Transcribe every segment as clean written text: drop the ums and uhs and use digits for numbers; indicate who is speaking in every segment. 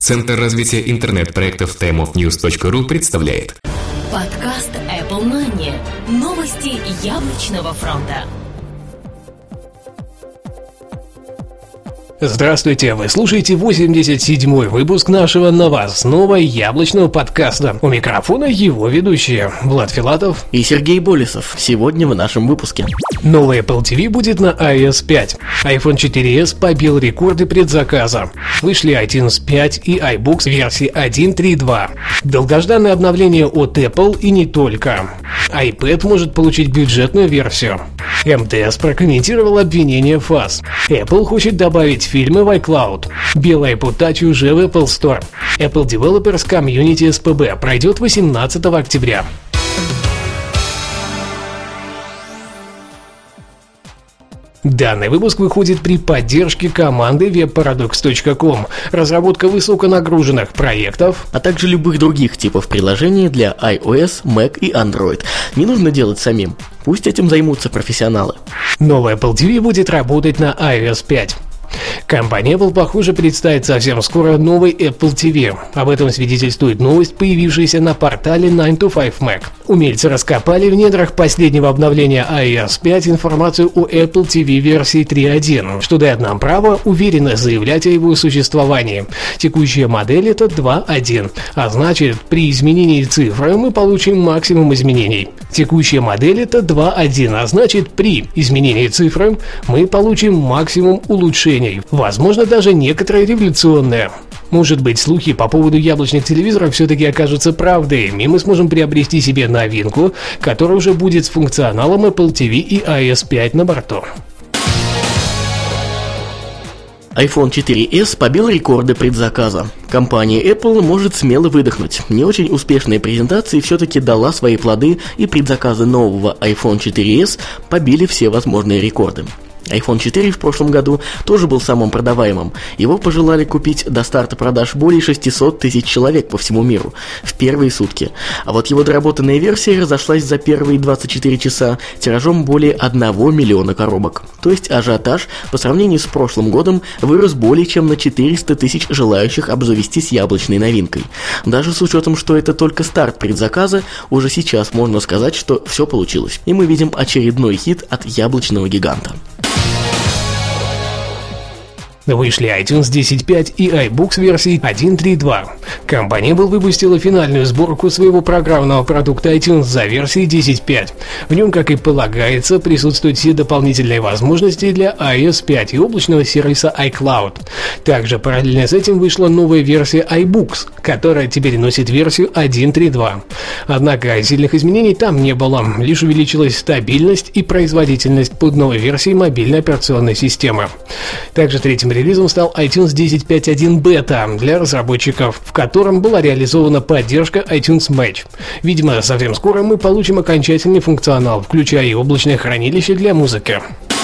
Speaker 1: Центр развития интернет-проектов timeofnews.ru представляет
Speaker 2: подкаст Apple Money. Новости яблочного фронта.
Speaker 3: Здравствуйте, вы слушаете 87-й выпуск нашего новостного яблочного подкаста. У микрофона его ведущие Влад Филатов
Speaker 4: и Сергей Болесов. Сегодня в нашем выпуске.
Speaker 3: Новый Apple TV будет на iOS 5. iPhone 4s побил рекорды предзаказа. Вышли iTunes 5 и iBooks версии 1.3.2. Долгожданное обновление от Apple и не только. iPad может получить бюджетную версию. МТС прокомментировал обвинение ФАС. Apple хочет добавить фильмы в iCloud. Белый iPod Touch уже в Apple Store. Apple Developers Community SPB пройдет 18 октября. Данный выпуск выходит при поддержке команды webparadox.com. Разработка высоконагруженных проектов,
Speaker 4: а также любых других типов приложений для iOS, Mac и Android. Не нужно делать самим. Пусть этим займутся профессионалы.
Speaker 3: Новый Apple TV будет работать на iOS 5. Компания Apple, похоже, представит совсем скоро новый Apple TV. Об этом свидетельствует новость, появившаяся на портале 9to5Mac. Умельцы раскопали в недрах последнего обновления iOS 5 информацию о Apple TV версии 3.1, что дает нам право уверенно заявлять о его существовании. Текущая модель это 2.1, а значит, при изменении цифры мы получим максимум изменений. Текущая модель это 2.1, а значит, при изменении цифры мы получим максимум улучшений. Возможно, даже некоторые революционные. Может быть, слухи по поводу яблочных телевизоров все-таки окажутся правдой, и мы сможем приобрести себе новинку, которая уже будет с функционалом Apple TV и iOS 5 на борту.
Speaker 4: iPhone 4s побил рекорды предзаказа. Компания Apple может смело выдохнуть. Не очень успешная презентация все-таки дала свои плоды, и предзаказы нового iPhone 4s побили все возможные рекорды. iPhone 4 в прошлом году тоже был самым продаваемым. Его пожелали купить до старта продаж более 600 тысяч человек по всему миру в первые сутки. А вот его доработанная версия разошлась за первые 24 часа тиражом более 1 миллиона коробок. То есть ажиотаж по сравнению с прошлым годом вырос более чем на 400 тысяч желающих обзавестись яблочной новинкой. Даже с учетом, что это только старт предзаказа, уже сейчас можно сказать, что все получилось. И мы видим очередной хит от яблочного гиганта.
Speaker 3: Вышли iTunes 10.5 и iBooks версии 1.3.2. Компания Apple выпустила финальную сборку своего программного продукта iTunes за версией 10.5. В нем, как и полагается, присутствуют все дополнительные возможности для iOS 5 и облачного сервиса iCloud. Также параллельно с этим вышла новая версия iBooks, которая теперь носит версию 1.3.2. Однако сильных изменений там не было, лишь увеличилась стабильность и производительность под новой версией мобильной операционной системы. Также третьим релизом стал iTunes 10.5.1 Beta для разработчиков, в котором была реализована поддержка iTunes Match. Видимо, совсем скоро мы получим окончательный функционал, включая и облачное хранилище для музыки.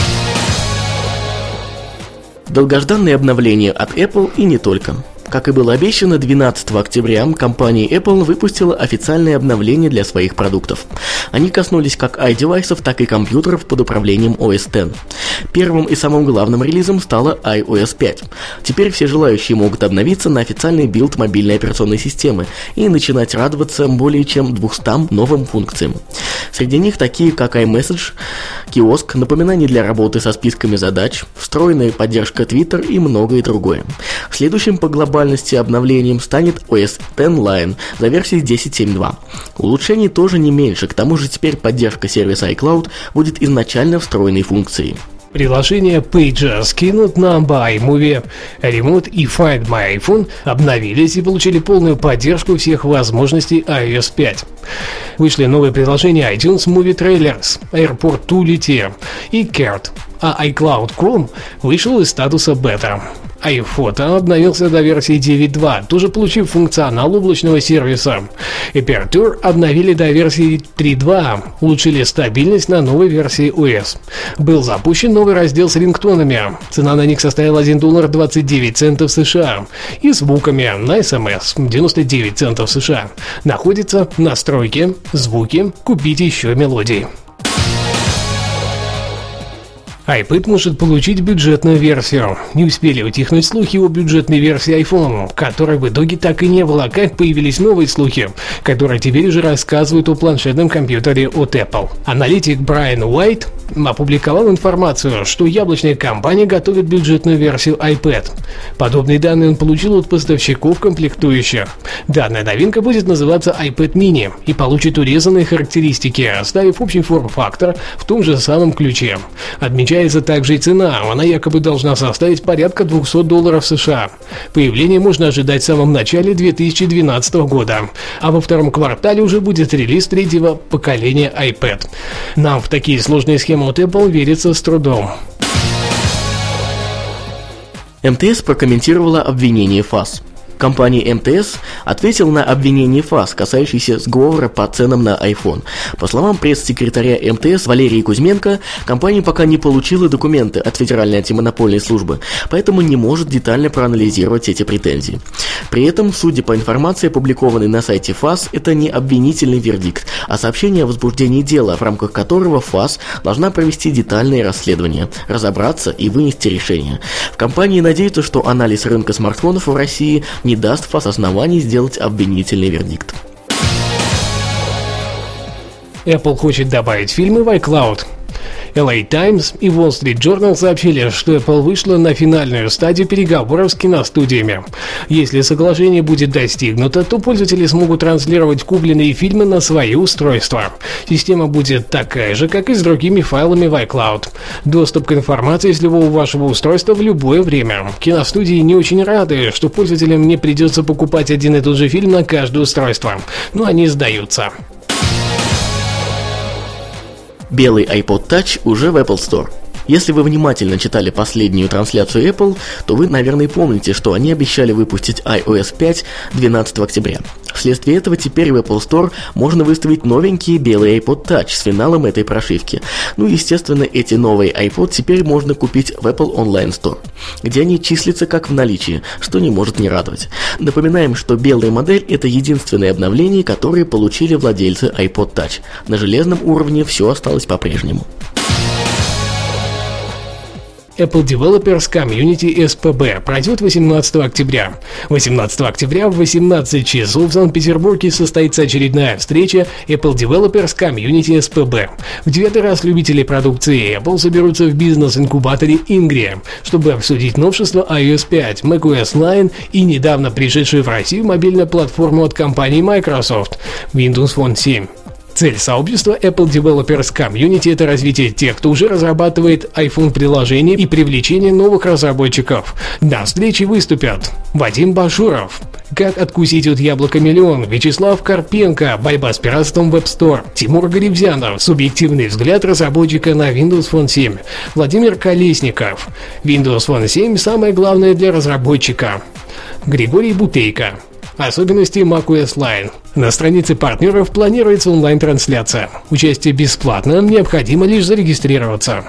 Speaker 4: Долгожданное обновление от Apple и не только. Как и было обещано, 12 октября компания Apple выпустила официальное обновление для своих продуктов. Они коснулись как iDevices, так и компьютеров под управлением OS X. Первым и самым главным релизом стала iOS 5. Теперь все желающие могут обновиться на официальный билд мобильной операционной системы и начинать радоваться более чем 200 новым функциям. Среди них такие, как iMessage, киоск, напоминания для работы со списками задач, встроенная поддержка Twitter и многое другое. Следующим по глобальности обновлением станет OS X Line за версией 10.7.2. Улучшений тоже не меньше, к тому же теперь поддержка сервиса iCloud будет изначально встроенной функцией.
Speaker 3: Приложения Pages, Keynote, Number, iMovie, Remote и Find My iPhone обновились и получили полную поддержку всех возможностей iOS 5. Вышли новые приложения iTunes Movie Trailers, Airport to Lite и Cart, а iCloud Chrome вышел из статуса бета. iPhoto обновился до версии 9.2, тоже получив функционал облачного сервиса. Aperture обновили до версии 3.2, улучшили стабильность на новой версии OS. Был запущен новый раздел с рингтонами. Цена на них составила $1.29 США. И звуками на SMS 99 центов США. Находится настройки, звуки, купить еще мелодии. iPad может получить бюджетную версию. Не успели утихнуть слухи о бюджетной версии iPhone, которой в итоге так и не было, как появились новые слухи, которые теперь уже рассказывают о планшетном компьютере от Apple. Аналитик Брайан Уайт опубликовал информацию, что яблочная компания готовит бюджетную версию iPad. Подобные данные он получил от поставщиков комплектующих. Данная новинка будет называться iPad mini и получит урезанные характеристики, оставив общий форм-фактор в том же самом ключе. Отмечается также и цена, она якобы должна составить порядка $200 США. Появление можно ожидать в самом начале 2012 года, а во втором квартале уже будет релиз третьего поколения iPad. Нам в такие сложные схемы от Apple верится с трудом.
Speaker 4: МТС прокомментировала обвинение ФАС. Компания МТС ответила на обвинение ФАС, касающееся сговора по ценам на iPhone. По словам пресс-секретаря МТС Валерии Кузьменко, компания пока не получила документы от Федеральной антимонопольной службы, поэтому не может детально проанализировать эти претензии. При этом, судя по информации, опубликованной на сайте ФАС, это не обвинительный вердикт, а сообщение о возбуждении дела, в рамках которого ФАС должна провести детальные расследования, разобраться и вынести решение. В компании надеются, что анализ рынка смартфонов в России не даст ФАС оснований сделать обвинительный вердикт.
Speaker 3: Apple хочет добавить фильмы в iCloud. LA Times и Wall Street Journal сообщили, что Apple вышла на финальную стадию переговоров с киностудиями. Если соглашение будет достигнуто, то пользователи смогут транслировать купленные фильмы на свои устройства. Система будет такая же, как и с другими файлами в iCloud. Доступ к информации с любого вашего устройства в любое время. Киностудии не очень рады, что пользователям не придется покупать один и тот же фильм на каждое устройство, но они сдаются.
Speaker 4: Белый iPod Touch уже в Apple Store. Если вы внимательно читали последнюю трансляцию Apple, то вы, наверное, помните, что они обещали выпустить iOS 5 12 октября. Вследствие этого теперь в Apple Store можно выставить новенький белый iPod Touch с финалом этой прошивки. Ну и, естественно, эти новые iPod теперь можно купить в Apple Online Store, где они числятся как в наличии, что не может не радовать. Напоминаем, что белая модель – это единственное обновление, которое получили владельцы iPod Touch. На железном уровне все осталось по-прежнему.
Speaker 3: Apple Developers Community SPB пройдет 18 октября. 18 октября в 18 часов в Санкт-Петербурге состоится очередная встреча Apple Developers Community SPB. В 9-й раз любители продукции Apple соберутся в бизнес-инкубаторе Ingria, чтобы обсудить новшества iOS 5, macOS 9 и недавно пришедшую в Россию мобильную платформу от компании Microsoft Windows Phone 7. Цель сообщества Apple Developers Community – это развитие тех, кто уже разрабатывает iPhone-приложения и привлечение новых разработчиков. На встрече выступят Вадим Башуров, «Как откусить от яблока миллион», Вячеслав Карпенко, «Борьба с пиратством в App Store», Тимур Гребзянов, «Субъективный взгляд разработчика на Windows Phone 7», Владимир Колесников, «Windows Phone 7 – самое главное для разработчика», Григорий Бутейко, «Особенности macOS Line». На странице партнеров планируется онлайн-трансляция. Участие бесплатно, необходимо лишь зарегистрироваться.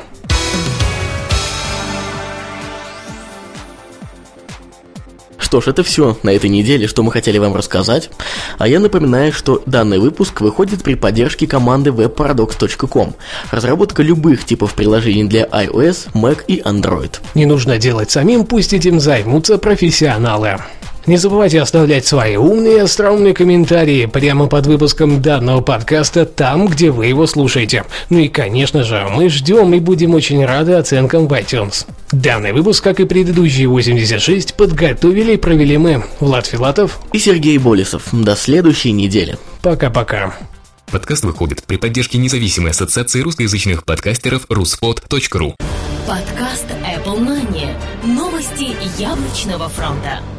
Speaker 4: Что ж, это все на этой неделе, что мы хотели вам рассказать. А я напоминаю, что данный выпуск выходит при поддержке команды webparadox.com. Разработка любых типов приложений для iOS, Mac и Android.
Speaker 3: Не нужно делать самим, пусть этим займутся профессионалы. Не забывайте оставлять свои умные и остроумные комментарии прямо под выпуском данного подкаста там, где вы его слушаете. Ну и, конечно же, мы ждем и будем очень рады оценкам в iTunes. Данный выпуск, как и предыдущие 86, подготовили и провели мы, Влад Филатов
Speaker 4: и Сергей Болесов. До следующей недели.
Speaker 3: Пока-пока.
Speaker 1: Подкаст выходит при поддержке независимой ассоциации русскоязычных подкастеров ruspod.ru.
Speaker 2: Подкаст Apple Money. Новости яблочного фронта.